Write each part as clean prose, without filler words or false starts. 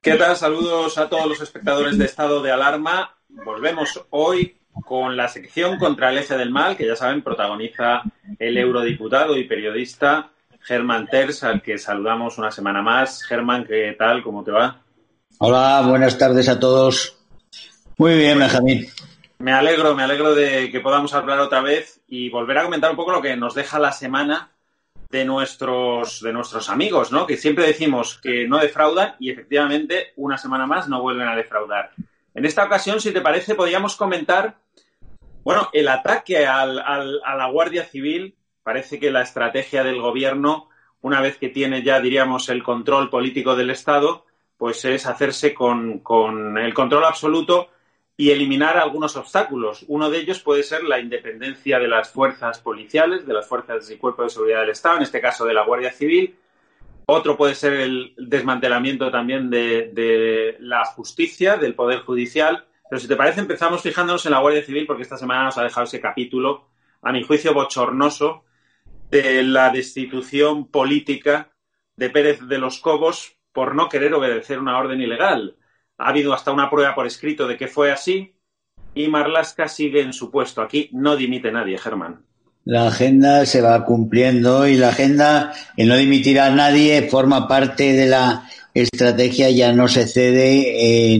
¿Qué tal? Saludos a todos los espectadores de Estado de Alarma. Volvemos hoy con la sección contra el eje del mal, que ya saben, protagoniza el eurodiputado y periodista Germán Terç, al que saludamos una semana más. Germán, ¿qué tal? ¿Cómo te va? Hola, buenas tardes a todos. Muy bien, Benjamín. Me alegro de que podamos hablar otra vez y volver a comentar un poco lo que nos deja la semana de nuestros amigos, ¿no? Que siempre decimos que no defraudan y efectivamente una semana más no vuelven a defraudar. En esta ocasión, si te parece, podríamos comentar, bueno, el ataque a la Guardia Civil. Parece que la estrategia del gobierno, una vez que tiene ya, diríamos, el control político del Estado, pues es hacerse con el control absoluto y eliminar algunos obstáculos. Uno de ellos puede ser la independencia de las fuerzas policiales, de las fuerzas y cuerpos de seguridad del Estado, en este caso de la Guardia Civil. Otro puede ser el desmantelamiento también de la justicia, del Poder Judicial. Pero si te parece, empezamos fijándonos en la Guardia Civil, porque esta semana nos ha dejado ese capítulo, a mi juicio bochornoso, de la destitución política de Pérez de los Cobos por no querer obedecer una orden ilegal. Ha habido hasta una prueba por escrito de que fue así y Marlaska sigue en su puesto. Aquí no dimite nadie, Germán. La agenda se va cumpliendo y la agenda, el no dimitir a nadie, forma parte de la estrategia. Ya no se cede,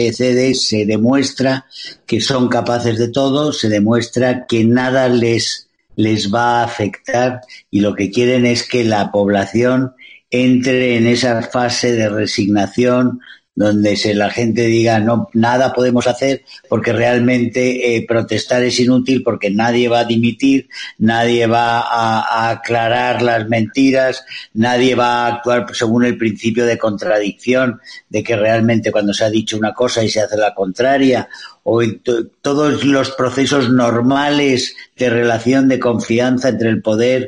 se demuestra que son capaces de todo, se demuestra que nada les va a afectar y lo que quieren es que la población entre en esa fase de resignación donde la gente diga no, nada podemos hacer porque realmente protestar es inútil, porque nadie va a dimitir, nadie va a aclarar las mentiras, nadie va a actuar según el principio de contradicción, de que realmente cuando se ha dicho una cosa y se hace la contraria, o todos los procesos normales de relación de confianza entre el poder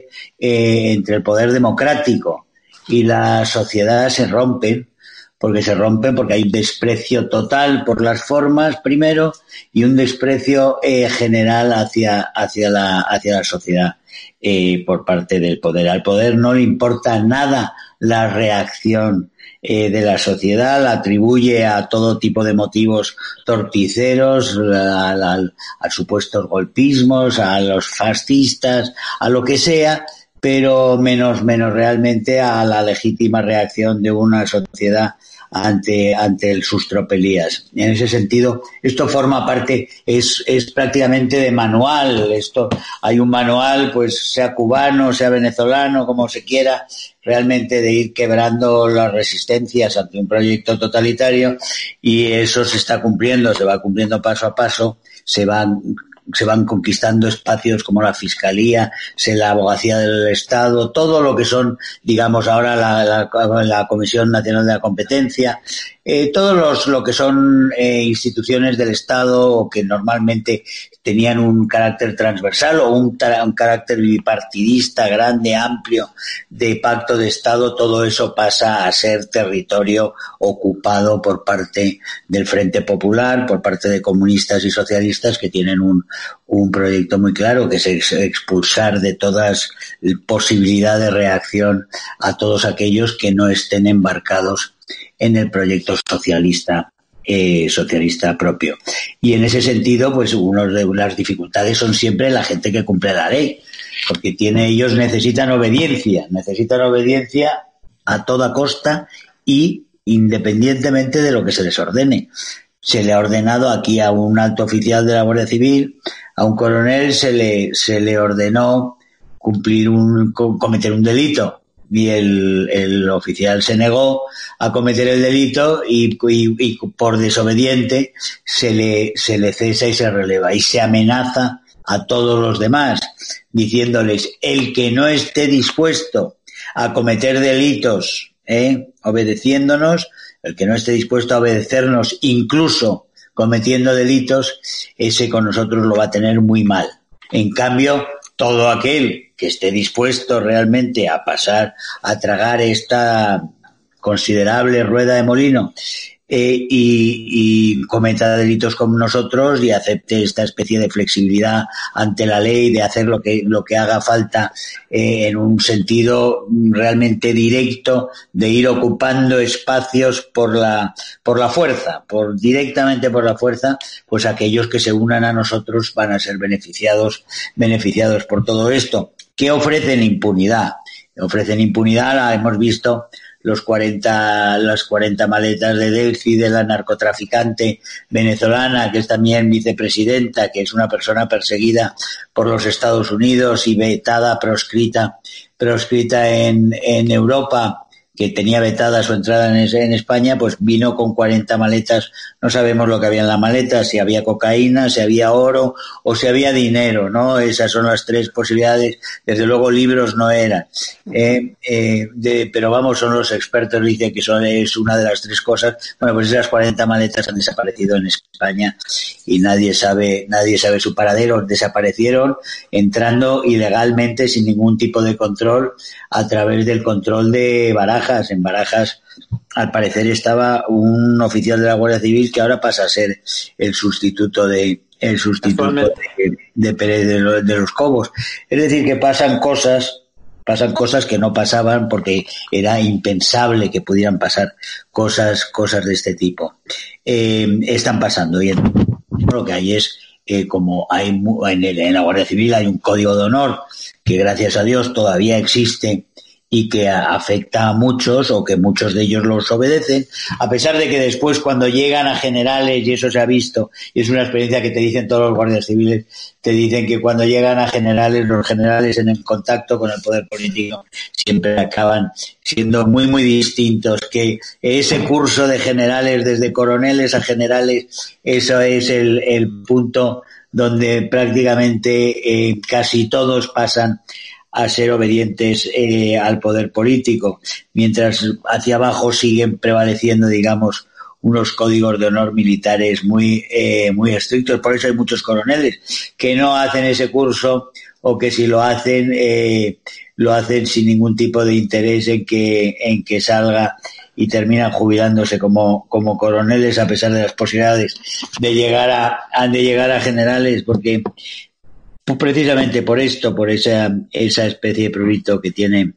democrático y la sociedad se rompen. Porque hay un desprecio total por las formas, primero, y un desprecio general hacia la sociedad por parte del poder. Al poder no le importa nada la reacción de la sociedad, la atribuye a todo tipo de motivos torticeros, a supuestos golpismos, a los fascistas, a lo que sea, pero menos realmente a la legítima reacción de una sociedad ante sus tropelías. En ese sentido, esto forma parte, es prácticamente de manual. Hay un manual, pues sea cubano, sea venezolano, como se quiera, realmente de ir quebrando las resistencias ante un proyecto totalitario, y eso se está cumpliendo, se va cumpliendo paso a paso, se van conquistando espacios como la Fiscalía, la Abogacía del Estado, todo lo que son, digamos, ahora la Comisión Nacional de la Competencia, todos lo que son instituciones del Estado que normalmente tenían un carácter transversal o un carácter bipartidista grande, amplio, de pacto de Estado. Todo eso pasa a ser territorio ocupado por parte del Frente Popular, por parte de comunistas y socialistas que tienen un proyecto muy claro, que es expulsar de todas posibilidad de reacción a todos aquellos que no estén embarcados en el proyecto socialista propio. Y en ese sentido, pues una de las dificultades son siempre la gente que cumple la ley, porque ellos necesitan obediencia a toda costa y independientemente de lo que se les ordene. Se le ha ordenado aquí a un alto oficial de la Guardia Civil, a un coronel, se le ordenó cometer un delito, y el oficial se negó a cometer el delito y por desobediente se le cesa y se releva, y se amenaza a todos los demás diciéndoles: el que no esté dispuesto a cometer delitos obedeciéndonos, el que no esté dispuesto a obedecernos incluso cometiendo delitos, ese con nosotros lo va a tener muy mal. En cambio, todo aquel que esté dispuesto realmente a pasar a tragar esta considerable rueda de molino y cometa delitos como nosotros y acepte esta especie de flexibilidad ante la ley, de hacer lo que haga falta en un sentido realmente directo, de ir ocupando espacios por la fuerza, directamente por la fuerza, pues aquellos que se unan a nosotros van a ser beneficiados por todo esto. ¿Qué ofrecen? Impunidad. Ofrecen impunidad, la hemos visto, las 40 maletas de Delphi, de la narcotraficante venezolana, que es también vicepresidenta, que es una persona perseguida por los Estados Unidos y vetada, proscrita en Europa, que tenía vetada su entrada en España, pues vino con 40 maletas. No sabemos lo que había en la maleta, si había cocaína, si había oro o si había dinero, ¿no? Esas son las tres posibilidades. Desde luego libros no eran. Pero vamos, son los expertos, dicen que es una de las tres cosas. Bueno, pues esas 40 maletas han desaparecido en España y nadie sabe su paradero. Desaparecieron entrando ilegalmente sin ningún tipo de control a través del control de Barajas. En Barajas, al parecer, estaba un oficial de la Guardia Civil que ahora pasa a ser el sustituto de Pérez de los Cobos. Es decir, que pasan cosas que no pasaban porque era impensable que pudieran pasar cosas de este tipo. Están pasando y lo que hay es como hay en la Guardia Civil hay un código de honor que gracias a Dios todavía existe y que afecta a muchos o que muchos de ellos los obedecen, a pesar de que después cuando llegan a generales, y eso se ha visto, y es una experiencia que te dicen todos los guardias civiles, te dicen que cuando llegan a generales, los generales en el contacto con el poder político siempre acaban siendo muy, muy distintos, que ese curso de generales, desde coroneles a generales, eso es el punto donde prácticamente casi todos pasan a ser obedientes al poder político, mientras hacia abajo siguen prevaleciendo, digamos, unos códigos de honor militares muy estrictos. Por eso hay muchos coroneles que no hacen ese curso o que si lo hacen sin ningún tipo de interés en que salga y terminan jubilándose como coroneles a pesar de las posibilidades de llegar a generales, porque precisamente por esto, por esa especie de prurito que tiene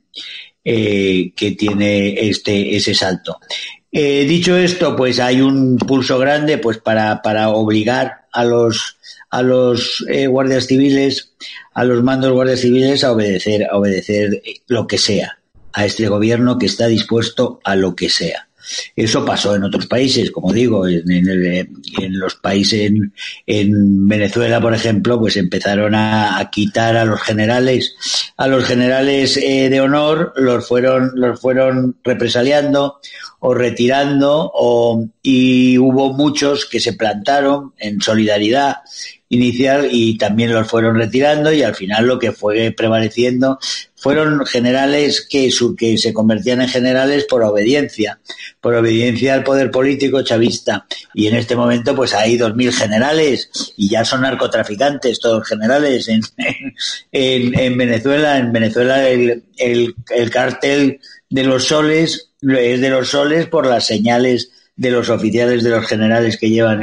ese salto. Dicho esto, pues hay un pulso grande pues para obligar a los guardias civiles, a los mandos guardias civiles a obedecer lo que sea a este gobierno que está dispuesto a lo que sea. Eso pasó en otros países, como digo, en los países, en Venezuela, por ejemplo, pues empezaron a quitar a los generales de honor, los fueron represaliando o retirando, y hubo muchos que se plantaron en solidaridad inicial y también los fueron retirando, y al final lo que fue prevaleciendo fueron generales que se convertían en generales por obediencia al poder político chavista. Y en este momento pues hay 2.000 generales y ya son narcotraficantes todos generales en Venezuela. En Venezuela el cártel de los soles es de los soles por las señales de los oficiales de los generales que llevan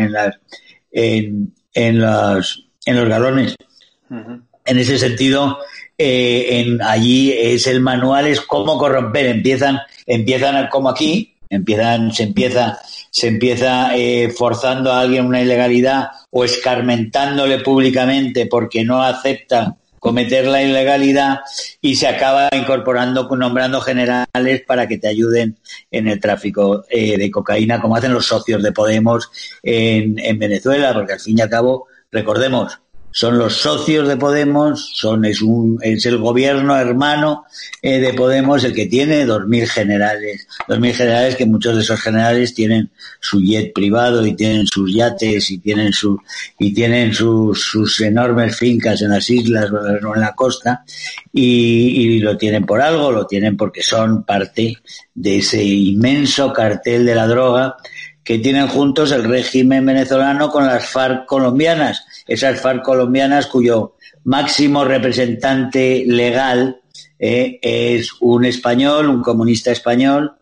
en los galones. Uh-huh. En ese sentido, allí es el manual, es cómo corromper. Empiezan como aquí, se empieza forzando a alguien una ilegalidad o escarmentándole públicamente porque no acepta cometer la ilegalidad, y se acaba nombrando generales para que te ayuden en el tráfico de cocaína, como hacen los socios de Podemos en Venezuela, porque al fin y al cabo, recordemos, son los socios de Podemos, es el gobierno hermano de Podemos el que tiene 2.000 generales, que muchos de esos generales tienen su jet privado y tienen sus yates y tienen sus enormes fincas en las islas o en la costa, y lo tienen por algo, lo tienen porque son parte de ese inmenso cartel de la droga que tienen juntos el régimen venezolano con las FARC colombianas, esas FARC colombianas cuyo máximo representante legal es un español, un comunista español,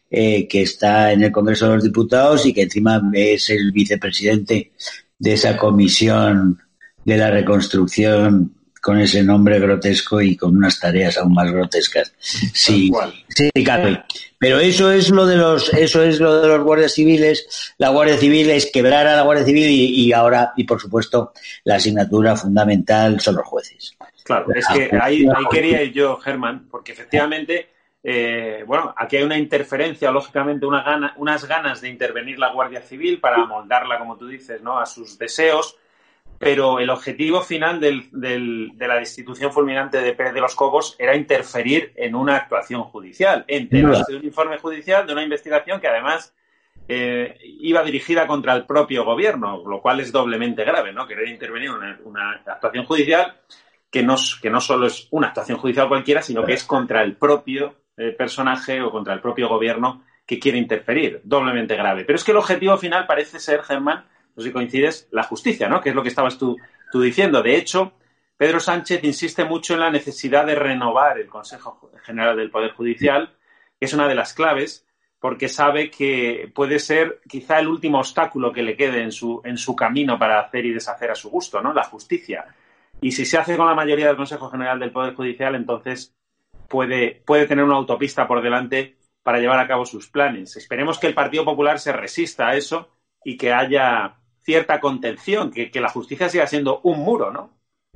que está en el Congreso de los Diputados y que encima es el vicepresidente de esa comisión de la reconstrucción con ese nombre grotesco y con unas tareas aún más grotescas. Sí, sí, cabe. Pero eso es lo de los guardias civiles. La Guardia Civil es quebrar a la Guardia Civil y por supuesto la asignatura fundamental son los jueces. Claro, es que ahí quería ir yo, Germán, porque efectivamente, aquí hay una interferencia, lógicamente unas ganas de intervenir la Guardia Civil para amoldarla, como tú dices, ¿no?, a sus deseos. Pero el objetivo final de la destitución fulminante de Pérez de los Cobos era interferir en una actuación judicial, enterarse de un informe judicial, de una investigación que además iba dirigida contra el propio gobierno, lo cual es doblemente grave, ¿no? Querer intervenir en una actuación judicial que no solo es una actuación judicial cualquiera, sino que es contra el propio personaje o contra el propio gobierno que quiere interferir, doblemente grave. Pero es que el objetivo final parece ser, Germán, no sé si coincides, la justicia, ¿no?, que es lo que estabas tú diciendo. De hecho, Pedro Sánchez insiste mucho en la necesidad de renovar el Consejo General del Poder Judicial, que es una de las claves, porque sabe que puede ser quizá el último obstáculo que le quede en su camino para hacer y deshacer a su gusto, ¿no?, la justicia. Y si se hace con la mayoría del Consejo General del Poder Judicial, entonces puede tener una autopista por delante para llevar a cabo sus planes. Esperemos que el Partido Popular se resista a eso y que haya cierta contención, que la justicia siga siendo un muro, ¿no?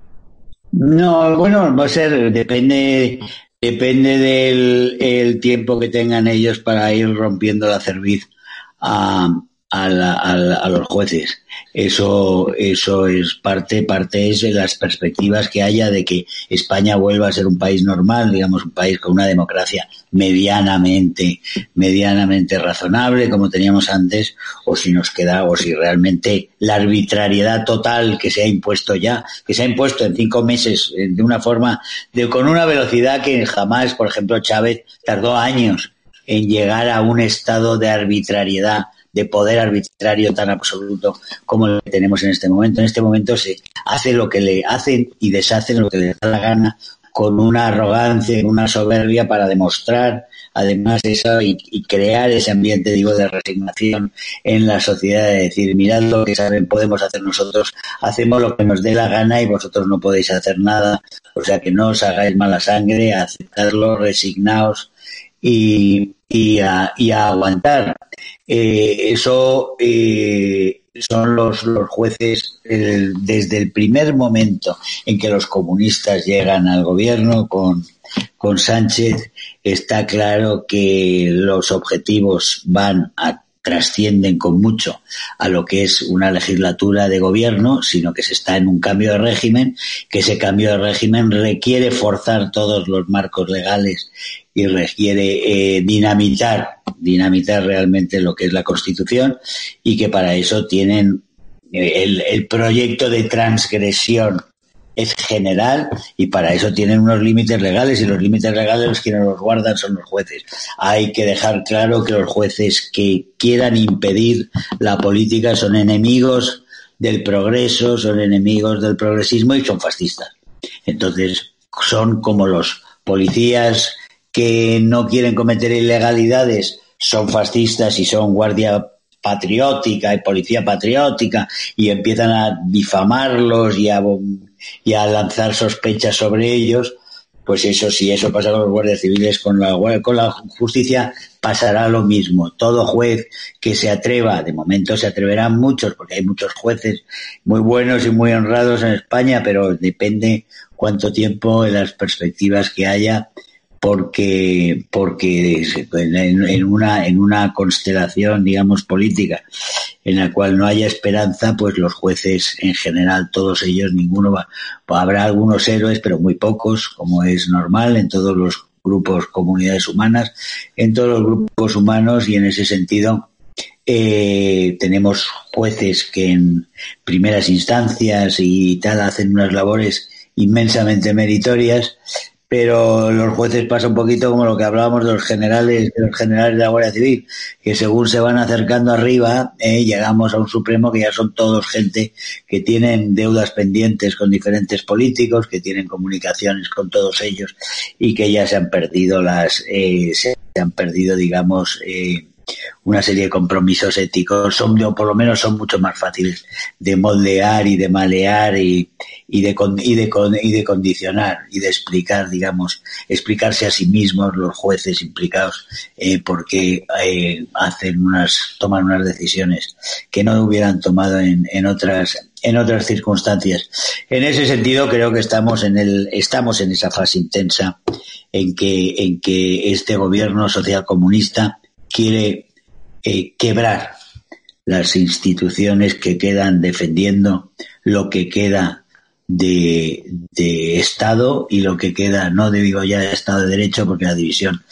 No, bueno, va a ser, depende del el tiempo que tengan ellos para ir rompiendo la cerviz a los jueces. Eso es parte es de las perspectivas que haya de que España vuelva a ser un país normal, digamos, un país con una democracia medianamente razonable como teníamos antes, o si realmente la arbitrariedad total que se ha impuesto en 5 meses de una forma, con una velocidad que jamás, por ejemplo, Chávez tardó años en llegar a un estado de arbitrariedad, de poder arbitrario tan absoluto como lo que tenemos en este momento. En este momento se hace lo que le hacen y deshacen lo que les da la gana, con una arrogancia, una soberbia para demostrar además eso y crear ese ambiente, digo, de resignación en la sociedad, de decir, mirad lo que saben, podemos hacer nosotros, hacemos lo que nos dé la gana y vosotros no podéis hacer nada, o sea que no os hagáis mala sangre, aceptarlo, resignaos y a aguantar. Eso son los jueces desde el primer momento en que los comunistas llegan al gobierno con Sánchez. Está claro que los objetivos trascienden con mucho a lo que es una legislatura de gobierno, sino que se está en un cambio de régimen, que ese cambio de régimen requiere forzar todos los marcos legales y requiere dinamitar realmente lo que es la Constitución, y que para eso tienen el proyecto de transgresión es general y para eso tienen unos límites legales, y los límites legales los quienes los guardan son los jueces. Hay que dejar claro que los jueces que quieran impedir la política son enemigos del progreso, son enemigos del progresismo y son fascistas. Entonces son como los policías que no quieren cometer ilegalidades, son fascistas y son guardia patriótica y policía patriótica, y empiezan a difamarlos y a lanzar sospechas sobre ellos. Pues eso, si eso pasa con los guardias civiles, con la justicia pasará lo mismo. Todo juez que se atreva, de momento se atreverán muchos, porque hay muchos jueces muy buenos y muy honrados en España, pero depende cuánto tiempo, en las perspectivas que haya, porque en una constelación, digamos, política en la cual no haya esperanza, pues los jueces en general, todos ellos, ninguno habrá algunos héroes, pero muy pocos, como es normal en todos los grupos, comunidades humanas, en todos los grupos humanos, y en ese sentido tenemos jueces que en primeras instancias y tal hacen unas labores inmensamente meritorias, pero los jueces pasa un poquito como lo que hablábamos de los generales de la Guardia Civil, que según se van acercando arriba, llegamos a un Supremo que ya son todos gente que tienen deudas pendientes con diferentes políticos, que tienen comunicaciones con todos ellos y que ya se han perdido se han perdido, digamos, una serie de compromisos éticos, o por lo menos son mucho más fáciles de moldear y de malear y de condicionar y de explicar, digamos, explicarse a sí mismos los jueces implicados porque toman unas decisiones que no hubieran tomado en otras circunstancias. En ese sentido, creo que estamos en esa fase intensa en que este gobierno socialcomunista quiere quebrar las instituciones que quedan defendiendo lo que queda de Estado y lo que queda, no digo ya de Estado de Derecho, porque la división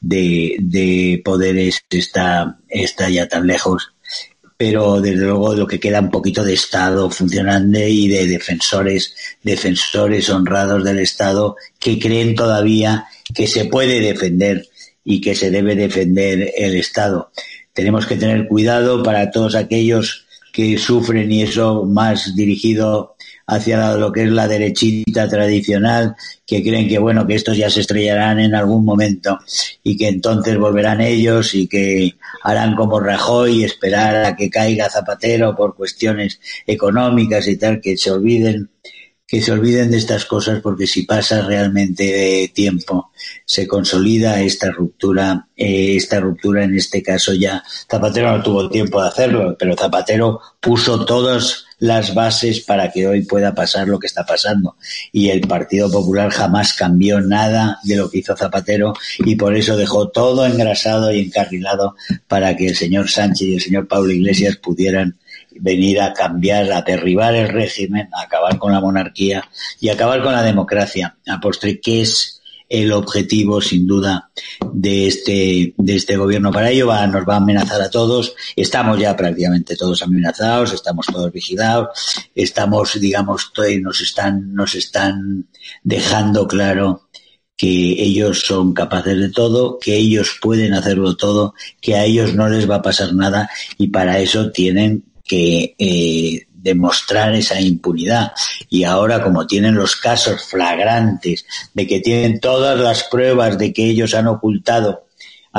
de poderes está ya tan lejos, pero desde luego lo que queda un poquito de Estado funcionante y de defensores honrados del Estado que creen todavía que se puede defender y que se debe defender el Estado. Tenemos que tener cuidado para todos aquellos que sufren, y eso más dirigido hacia lo que es la derechita tradicional, que creen que bueno, que estos ya se estrellarán en algún momento y que entonces volverán ellos y que harán como Rajoy y esperar a que caiga Zapatero por cuestiones económicas y tal, que se olviden de estas cosas, porque si pasa realmente tiempo se consolida esta ruptura en este caso ya. Zapatero no tuvo tiempo de hacerlo, pero Zapatero puso todas las bases para que hoy pueda pasar lo que está pasando, y el Partido Popular jamás cambió nada de lo que hizo Zapatero, y por eso dejó todo engrasado y encarrilado para que el señor Sánchez y el señor Pablo Iglesias pudieran venir a cambiar, a derribar el régimen, a acabar con la monarquía y acabar con la democracia a postre, que es el objetivo sin duda de este gobierno. Para ello nos va a amenazar a todos. Estamos ya prácticamente todos amenazados, estamos todos vigilados, estamos, digamos, nos están dejando claro que ellos son capaces de todo, que ellos pueden hacerlo todo, que a ellos no les va a pasar nada, y para eso tienen que demostrar esa impunidad. Y ahora, como tienen los casos flagrantes de que tienen todas las pruebas de que ellos han ocultado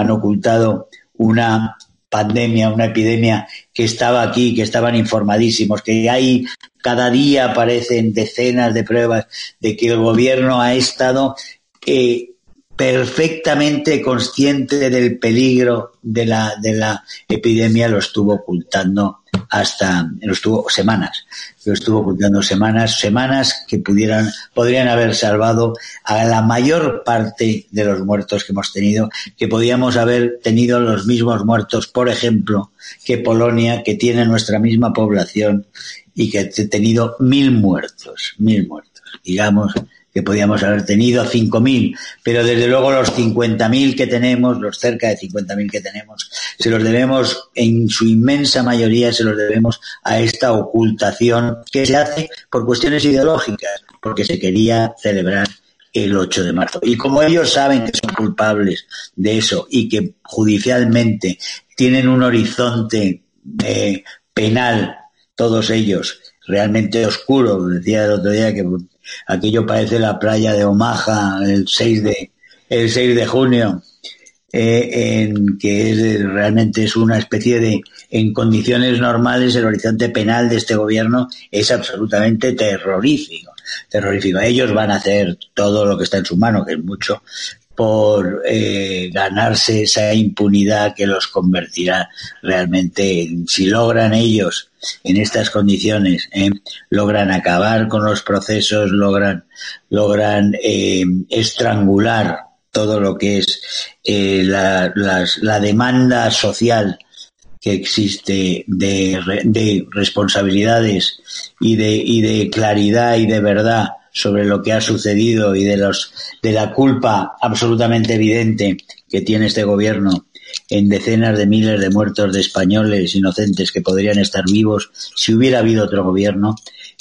una pandemia, una epidemia que estaba aquí, que estaban informadísimos, que hay cada día aparecen decenas de pruebas de que el gobierno ha estado perfectamente consciente del peligro de la epidemia, lo estuvo ocultando semanas que podrían haber salvado a la mayor parte de los muertos que hemos tenido, que podíamos haber tenido los mismos muertos, por ejemplo, que Polonia, que tiene nuestra misma población y que ha tenido 1.000 muertos, digamos que podíamos haber tenido 5.000, pero desde luego los 50.000 que tenemos, los cerca de 50.000 que tenemos, se los debemos, en su inmensa mayoría, se los debemos a esta ocultación que se hace por cuestiones ideológicas, porque se quería celebrar el 8 de marzo. Y como ellos saben que son culpables de eso y que judicialmente tienen un horizonte penal, todos ellos, realmente oscuro, decía el otro día que aquello parece la playa de Omaha el 6 de junio, que realmente es una especie de, en condiciones normales, el horizonte penal de este gobierno es absolutamente terrorífico. Ellos van a hacer todo lo que está en su mano, que es mucho, por ganarse esa impunidad que los convertirá realmente si logran ellos en estas condiciones, logran acabar con los procesos, logran estrangular todo lo que es la demanda social que existe de responsabilidades y de claridad y de verdad sobre lo que ha sucedido y de la culpa absolutamente evidente que tiene este gobierno en decenas de miles de muertos de españoles inocentes que podrían estar vivos si hubiera habido otro gobierno.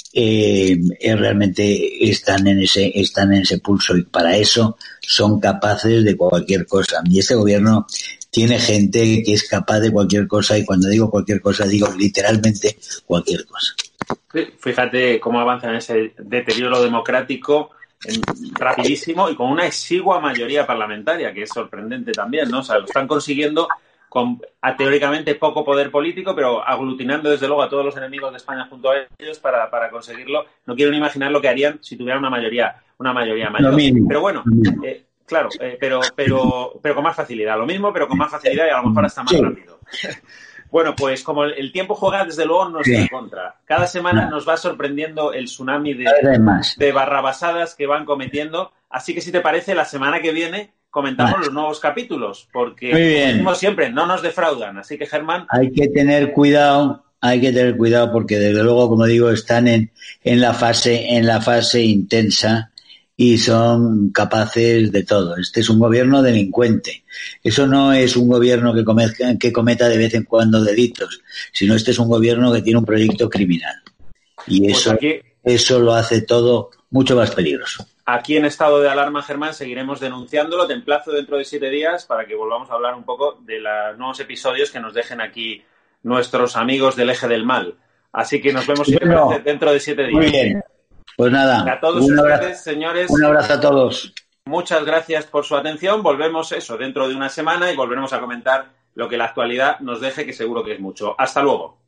Realmente están en ese pulso, y para eso son capaces de cualquier cosa. Y este gobierno tiene gente que es capaz de cualquier cosa, y cuando digo cualquier cosa digo literalmente cualquier cosa. Fíjate cómo avanza en ese deterioro democrático rapidísimo y con una exigua mayoría parlamentaria, que es sorprendente también, ¿no? O sea, lo están consiguiendo con teóricamente poco poder político, pero aglutinando desde luego a todos los enemigos de España junto a ellos para conseguirlo. No quiero ni imaginar lo que harían si tuvieran una mayoría mayor. Pero bueno, claro, pero con más facilidad. Lo mismo, pero con más facilidad y a lo mejor hasta más rápido. Bueno, pues como el tiempo juega desde luego en nuestra contra. Cada semana nos va sorprendiendo el tsunami de barrabasadas que van cometiendo. Así que si te parece, la semana que viene comentamos los nuevos capítulos, porque como siempre, no nos defraudan. Así que, Germán... Hay que tener cuidado porque desde luego, como digo, están en la fase intensa y son capaces de todo. Este es un gobierno delincuente. Eso no es un gobierno que cometa de vez en cuando delitos, sino este es un gobierno que tiene un proyecto criminal. Y eso lo hace todo mucho más peligroso. Aquí en estado de alarma, Germán, seguiremos denunciándolo. Te emplazo dentro de 7 días para que volvamos a hablar un poco de los nuevos episodios que nos dejen aquí nuestros amigos del Eje del Mal. Así que nos vemos dentro de 7 días. Muy bien. Pues nada, a todos ustedes, señores. Un abrazo a todos. Muchas gracias por su atención. Volvemos dentro de una semana y volveremos a comentar lo que la actualidad nos deje, que seguro que es mucho. Hasta luego.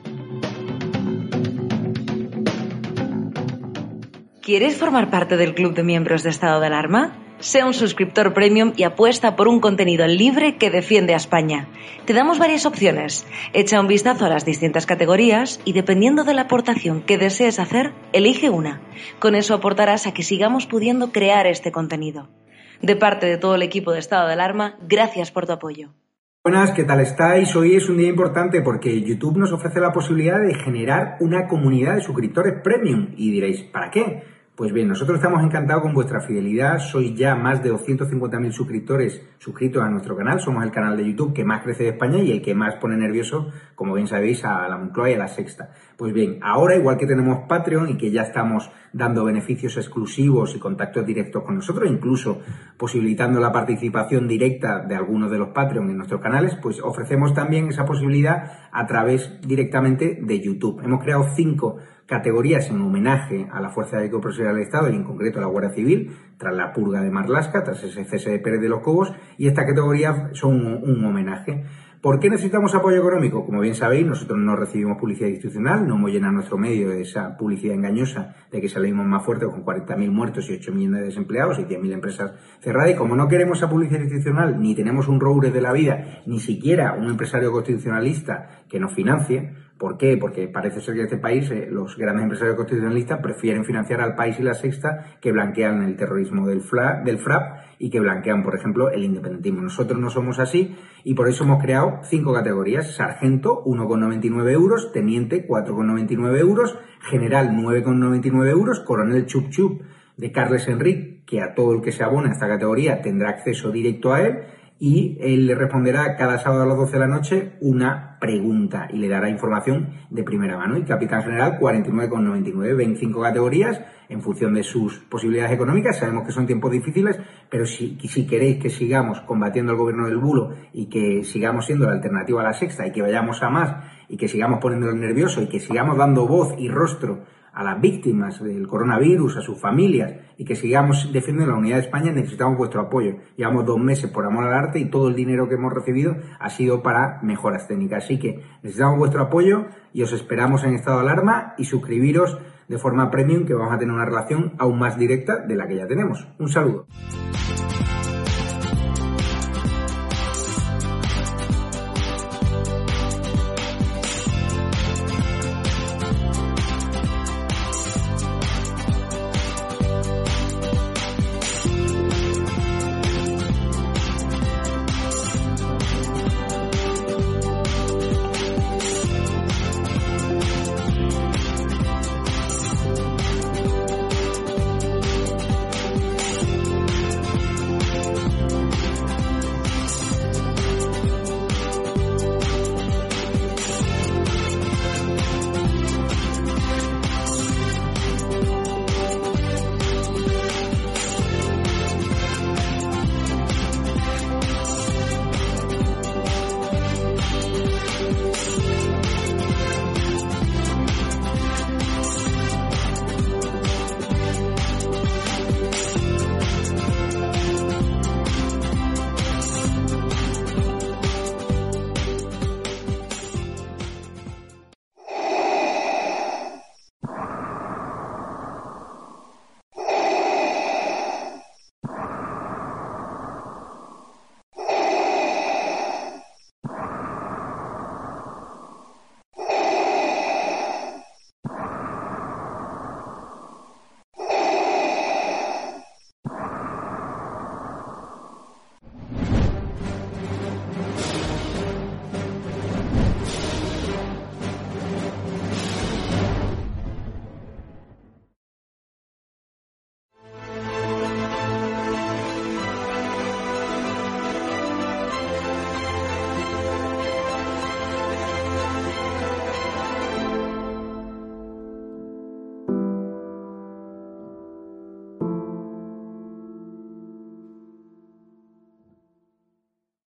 ¿Quieres formar parte del club de miembros de Estado de Alarma? Sea un suscriptor premium y apuesta por un contenido libre que defiende a España. Te damos varias opciones. Echa un vistazo a las distintas categorías y, dependiendo de la aportación que desees hacer, elige una. Con eso aportarás a que sigamos pudiendo crear este contenido. De parte de todo el equipo de Estado de Alarma, gracias por tu apoyo. Buenas, ¿qué tal estáis? Hoy es un día importante porque YouTube nos ofrece la posibilidad de generar una comunidad de suscriptores premium. Y diréis, ¿para qué? Pues bien, nosotros estamos encantados con vuestra fidelidad. Sois ya más de 250.000 suscriptores suscritos a nuestro canal. Somos el canal de YouTube que más crece de España y el que más pone nervioso, como bien sabéis, a la Moncloa y a la Sexta. Pues bien, ahora, igual que tenemos Patreon y que ya estamos dando beneficios exclusivos y contactos directos con nosotros, incluso posibilitando la participación directa de algunos de los Patreon en nuestros canales, pues ofrecemos también esa posibilidad a través directamente de YouTube. Hemos creado 5 categorías en homenaje a la Fuerza de Profesional del Estado y en concreto a la Guardia Civil, tras la purga de Marlaska, tras ese cese de Pérez de los Cobos, y esta categoría son un homenaje. ¿Por qué necesitamos apoyo económico? Como bien sabéis, nosotros no recibimos publicidad institucional, no hemos llenado nuestro medio de esa publicidad engañosa de que salimos más fuertes con 40.000 muertos y 8 millones de desempleados y 100.000 empresas cerradas. Y como no queremos esa publicidad institucional, ni tenemos un roure de la vida, ni siquiera un empresario constitucionalista que nos financie. ¿Por qué? Porque parece ser que en este país los grandes empresarios constitucionalistas prefieren financiar al País y la Sexta, que blanquean el terrorismo del FRAP y que blanquean, por ejemplo, el independentismo. Nosotros no somos así y por eso hemos creado 5 categorías. Sargento, 1,99 euros. Teniente, 4,99 euros. General, 9,99 euros. Coronel Chup Chup de Carles Enric, que a todo el que se abone a esta categoría tendrá acceso directo a él. Y él le responderá cada sábado a las 12 de la noche una pregunta y le dará información de primera mano. Y Capitán General, 49,99. 25 categorías en función de sus posibilidades económicas. Sabemos que son tiempos difíciles, pero si queréis que sigamos combatiendo el gobierno del bulo y que sigamos siendo la alternativa a la Sexta y que vayamos a más y que sigamos poniéndolo nervioso y que sigamos dando voz y rostro a las víctimas del coronavirus, a sus familias, y que sigamos defendiendo la unidad de España, necesitamos vuestro apoyo. Llevamos 2 meses por amor al arte y todo el dinero que hemos recibido ha sido para mejoras técnicas. Así que necesitamos vuestro apoyo y os esperamos en estado de alarma y suscribiros de forma premium, que vamos a tener una relación aún más directa de la que ya tenemos. Un saludo.